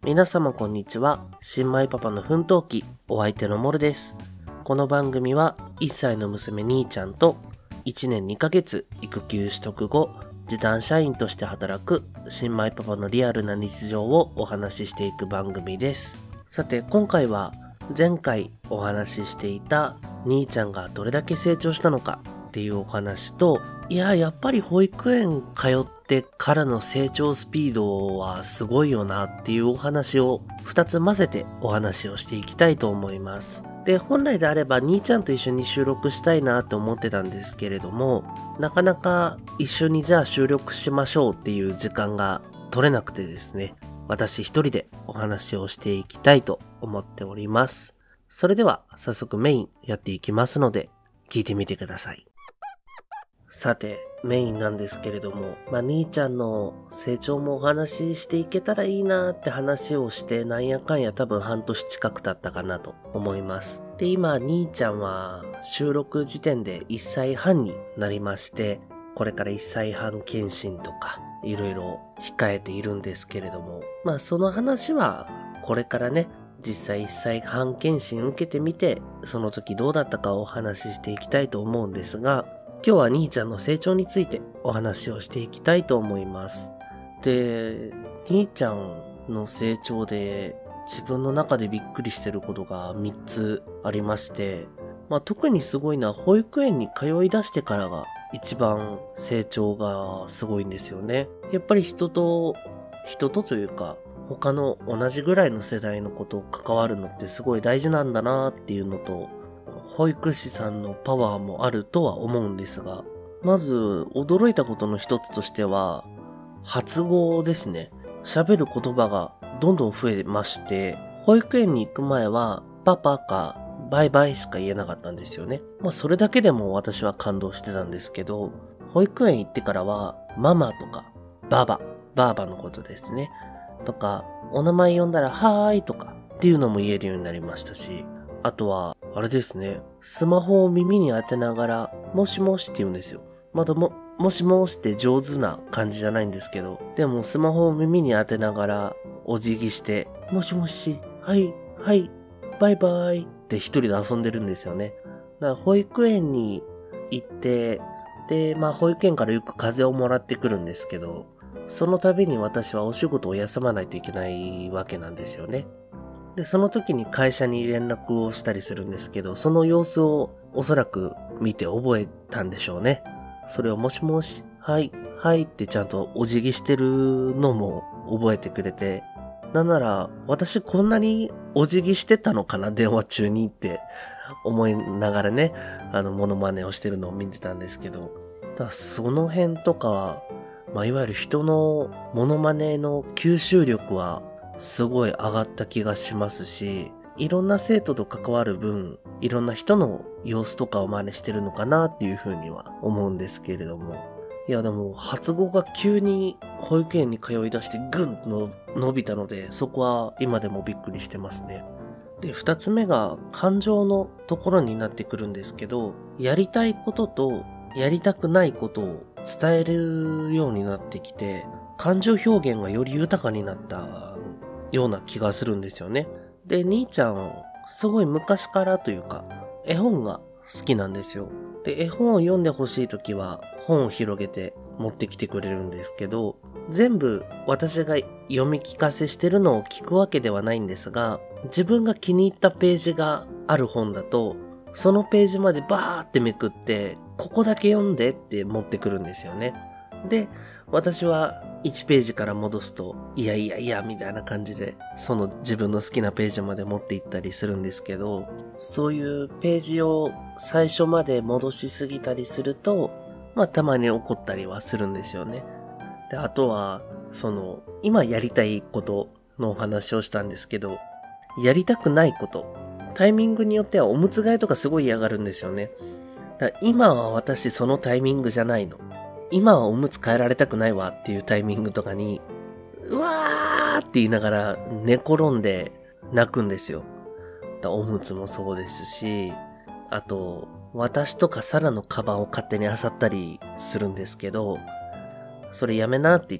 皆様こんにちは。新米パパの奮闘記、お相手のモルです。この番組は1歳の娘兄ちゃんと1年2ヶ月育休取得後、時短社員として働く新米パパのリアルな日常をお話ししていく番組です。さて今回は前回お話ししていた兄ちゃんがどれだけ成長したのかっていうお話と、やっぱり保育園通ってからの成長スピードはすごいよなっていうお話を2つ混ぜてお話をしていきたいと思います。で、本来であれば兄ちゃんと一緒に収録したいなと思ってたんですけれども、なかなか一緒にじゃあ収録しましょうっていう時間が取れなくてですね、私一人でお話をしていきたいと思っております。それでは早速メインやっていきますので聞いてみてください。さてメインなんですけれども、兄ちゃんの成長もお話ししていけたらいいなって話をしてなんやかんや多分半年近く経ったかなと思います。で、今兄ちゃんは収録時点で1歳半になりまして、これから1歳半検診とかいろいろ控えているんですけれども、その話はこれからね、実際1歳半検診受けてみて、その時どうだったかをお話ししていきたいと思うんですが、今日は兄ちゃんの成長についてお話をしていきたいと思います。で、兄ちゃんの成長で自分の中でびっくりしてることが3つありまして、特にすごいのは保育園に通い出してからが一番成長がすごいんですよね。やっぱり人とというか、他の同じぐらいの世代の子と関わるのってすごい大事なんだなっていうのと、保育士さんのパワーもあるとは思うんですが、まず驚いたことの一つとしては、発語ですね。喋る言葉がどんどん増えまして、保育園に行く前はパパかバイバイしか言えなかったんですよね。それだけでも私は感動してたんですけど、保育園行ってからはママとかバーバのことですね。とか、お名前呼んだらはーいとかっていうのも言えるようになりましたし、あとは、あれですね。スマホを耳に当てながら、もしもしって言うんですよ。もしもしって上手な感じじゃないんですけど、でもスマホを耳に当てながら、お辞儀して、もしもし、はい、バイバイって一人で遊んでるんですよね。だから保育園に行って、で、保育園からよく風をもらってくるんですけど、その度に私はお仕事を休まないといけないわけなんですよね。で、その時に会社に連絡をしたりするんですけど、その様子をおそらく見て覚えたんでしょうね。それをもしもし、はいってちゃんとお辞儀してるのも覚えてくれて、なんなら私こんなにお辞儀してたのかな、電話中にって思いながらね、モノマネをしてるのを見てたんですけど、だからその辺とか、いわゆる人のモノマネの吸収力はすごい上がった気がしますし、いろんな生徒と関わる分、いろんな人の様子とかを真似してるのかなっていうふうには思うんですけれども。いやでも発語が急に保育園に通い出してぐんと伸びたので、そこは今でもびっくりしてますね。で、二つ目が感情のところになってくるんですけど、やりたいこととやりたくないことを伝えるようになってきて、感情表現がより豊かになったような気がするんですよね。で、兄ちゃん、すごい昔からというか、絵本が好きなんですよ。で、絵本を読んでほしいときは、本を広げて持ってきてくれるんですけど、全部私が読み聞かせしてるのを聞くわけではないんですが、自分が気に入ったページがある本だと、そのページまでバーってめくって、ここだけ読んでって持ってくるんですよね。で、私は1ページから戻すと、いや、みたいな感じで、その自分の好きなページまで持っていったりするんですけど、そういうページを最初まで戻しすぎたりすると、たまに怒ったりはするんですよね。で、あとは、今やりたいことのお話をしたんですけど、やりたくないこと、タイミングによってはおむつ替えとかすごい嫌がるんですよね。だから今は私そのタイミングじゃないの。今はおむつ替えられたくないわっていうタイミングとかに、うわーって言いながら寝転んで泣くんですよ。おむつもそうですし、あと、私とかサラのカバンを勝手に漁ったりするんですけど、それやめなって言って、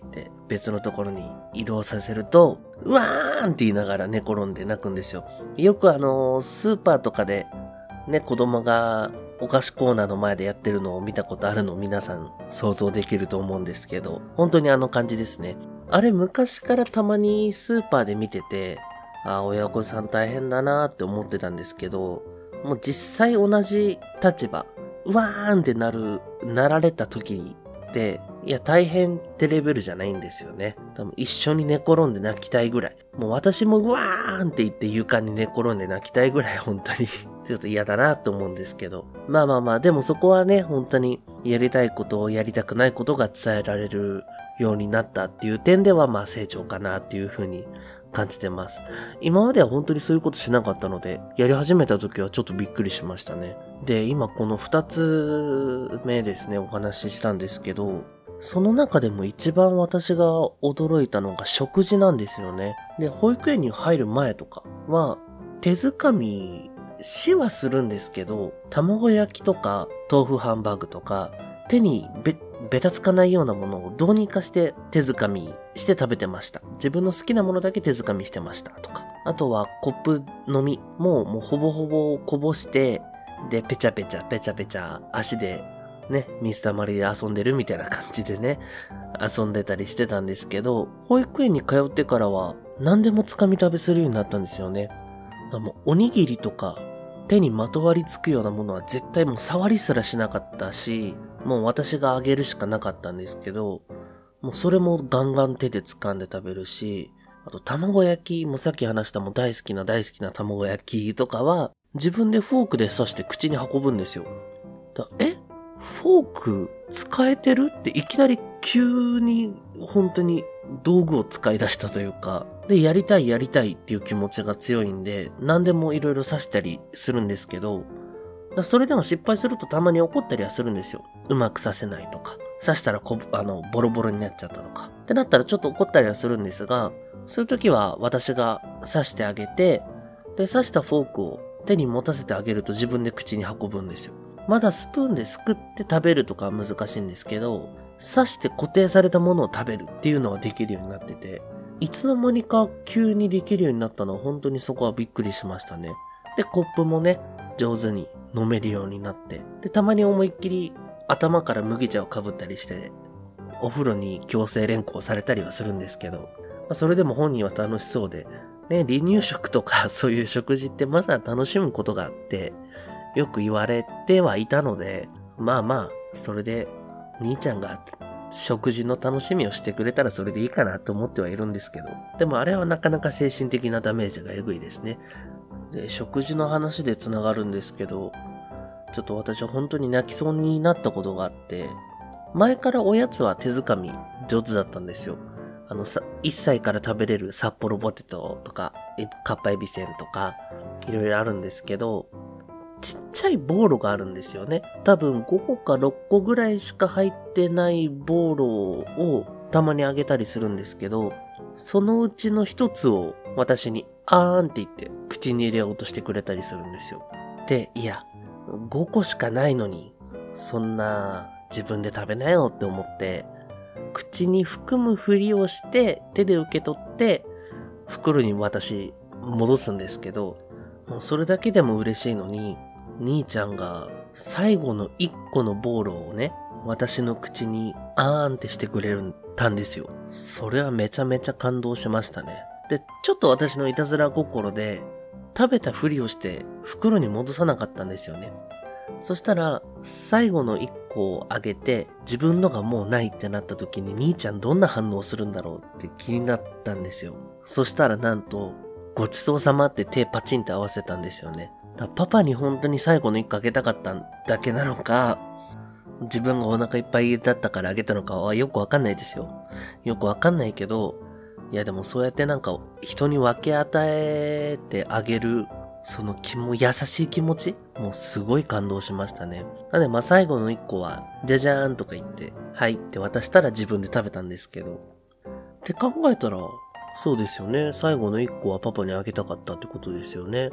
別のところに移動させると、うわーんって言いながら寝転んで泣くんですよ。よくスーパーとかで、ね、子供がお菓子コーナーの前でやってるのを見たことあるのを皆さん想像できると思うんですけど、本当にあの感じですね。あれ昔からたまにスーパーで見てて、親御さん大変だなーって思ってたんですけど、もう実際同じ立場、うわーんってなられた時って、いや大変ってレベルじゃないんですよね。多分一緒に寝転んで泣きたいぐらい。もう私もうわーんって言って床に寝転んで泣きたいぐらい本当にちょっと嫌だなと思うんですけど。まあ、でもそこはね、本当にやりたいことをやりたくないことが伝えられるようになったっていう点では成長かなっていうふうに感じてます。今までは本当にそういうことしなかったので、やり始めた時はちょっとびっくりしましたね。で、今この二つ目ですね、お話ししたんですけど、その中でも一番私が驚いたのが食事なんですよね。で、保育園に入る前とかは、手づかみしはするんですけど、卵焼きとか豆腐ハンバーグとか、手にべたつかないようなものをどうにかして手づかみして食べてました。自分の好きなものだけ手づかみしてましたとか。あとはコップ飲みもうほぼほぼこぼして、で、ペチャペチャ足でね、水たまりで遊んでるみたいな感じでね、遊んでたりしてたんですけど、保育園に通ってからは何でもつかみ食べするようになったんですよね。もうおにぎりとか手にまとわりつくようなものは絶対もう触りすらしなかったし、もう私があげるしかなかったんですけど、もうそれもガンガン手で掴んで食べるし、あと卵焼きもさっき話したもう大好きな卵焼きとかは自分でフォークで刺して口に運ぶんですよ。フォーク使えてるっていきなり急に本当に道具を使い出したというか、で、やりたいっていう気持ちが強いんで、何でもいろいろ刺したりするんですけど、それでも失敗するとたまに怒ったりはするんですよ。うまく刺せないとか、刺したらボロボロになっちゃったとか。ってなったらちょっと怒ったりはするんですが、そういう時は私が刺してあげて、で、刺したフォークを手に持たせてあげると自分で口に運ぶんですよ。まだスプーンですくって食べるとかは難しいんですけど、刺して固定されたものを食べるっていうのはできるようになってて、いつの間にか急にできるようになったのは本当にそこはびっくりしましたね。で、コップもね、上手に飲めるようになって、で、たまに思いっきり頭から麦茶をかぶったりして、お風呂に強制連行されたりはするんですけど、それでも本人は楽しそうで、ね、離乳食とかそういう食事ってまずは楽しむことがあって、よく言われてはいたので、それで兄ちゃんが食事の楽しみをしてくれたらそれでいいかなと思ってはいるんですけど、でもあれはなかなか精神的なダメージがえぐいですね。で、食事の話でつながるんですけど、ちょっと私は本当に泣きそうになったことがあって、前からおやつは手づかみ上手だったんですよ。1歳から食べれる札幌ポテトとか、かっぱえびせんとか、いろいろあるんですけど、ちっちゃいボーロがあるんですよね。多分5個か6個ぐらいしか入ってないボーロをたまにあげたりするんですけど、そのうちの一つを私にあーんって言って口に入れようとしてくれたりするんですよ。で、いや、5個しかないのに、そんな自分で食べなよって思って、口に含むふりをして手で受け取って袋に私戻すんですけど、もうそれだけでも嬉しいのに、兄ちゃんが最後の1個のボーロをね、私の口にあーんってしてくれたんですよ。それはめちゃめちゃ感動しましたね。で、ちょっと私のいたずら心で食べたふりをして袋に戻さなかったんですよね。そしたら最後の1個をあげて自分のがもうないってなった時に兄ちゃんどんな反応するんだろうって気になったんですよ。そしたらなんとごちそうさまって手パチンって合わせたんですよね。パパに本当に最後の1個あげたかっただけなのか、自分がお腹いっぱいだったからあげたのかはよくわかんないですよ。よくわかんないけど、いやでもそうやってなんか人に分け与えてあげる、その優しい気持ちもうすごい感動しましたね。なので最後の1個は、じゃじゃーんとか言って、はいって渡したら自分で食べたんですけど。って考えたら、そうですよね。最後の1個はパパにあげたかったってことですよね。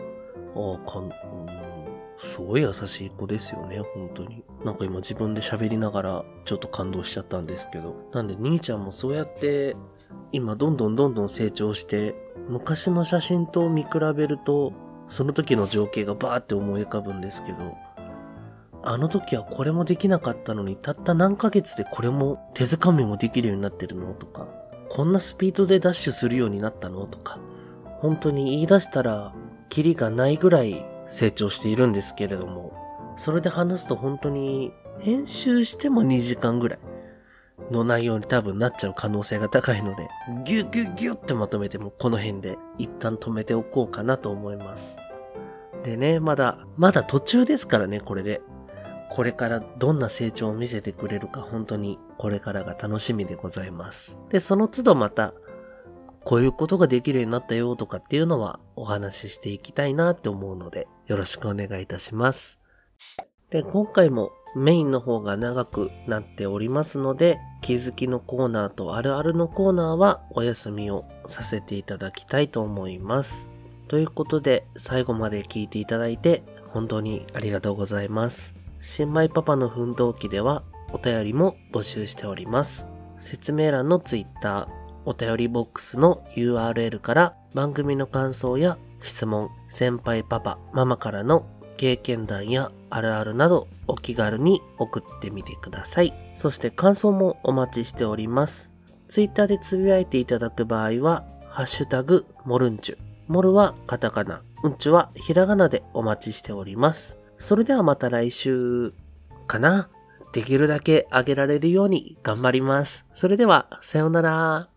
すごい優しい子ですよね、本当に。なんか今自分で喋りながらちょっと感動しちゃったんですけど。なんで兄ちゃんもそうやって今どんどん成長して、昔の写真と見比べると、その時の情景がバーって思い浮かぶんですけど、あの時はこれもできなかったのに、たった何ヶ月でこれも手づかみもできるようになってるのとか、こんなスピードでダッシュするようになったのとか、本当に言い出したらキリがないぐらい成長しているんですけれども、それで話すと本当に編集しても2時間ぐらいの内容に多分なっちゃう可能性が高いので、ギュッギュッギュッってまとめてもこの辺で一旦止めておこうかなと思います。でね、まだ途中ですからね、これで。これからどんな成長を見せてくれるか本当にこれからが楽しみでございます。で、その都度またこういうことができるようになったよとかっていうのはお話ししていきたいなって思うのでよろしくお願いいたします。で、今回もメインの方が長くなっておりますので、気づきのコーナーとあるあるのコーナーはお休みをさせていただきたいと思います。ということで最後まで聞いていただいて本当にありがとうございます。新米パパの奮闘記ではお便りも募集しております。説明欄のツイッター、お便りボックスの URL から番組の感想や質問、先輩パパ、ママからの経験談やあるあるなどお気軽に送ってみてください。そして感想もお待ちしております。ツイッターでつぶやいていただく場合は、ハッシュタグモルンチュ。モルはカタカナ、うんちゅはひらがなでお待ちしております。それではまた来週かな。できるだけあげられるように頑張ります。それでは、さようなら。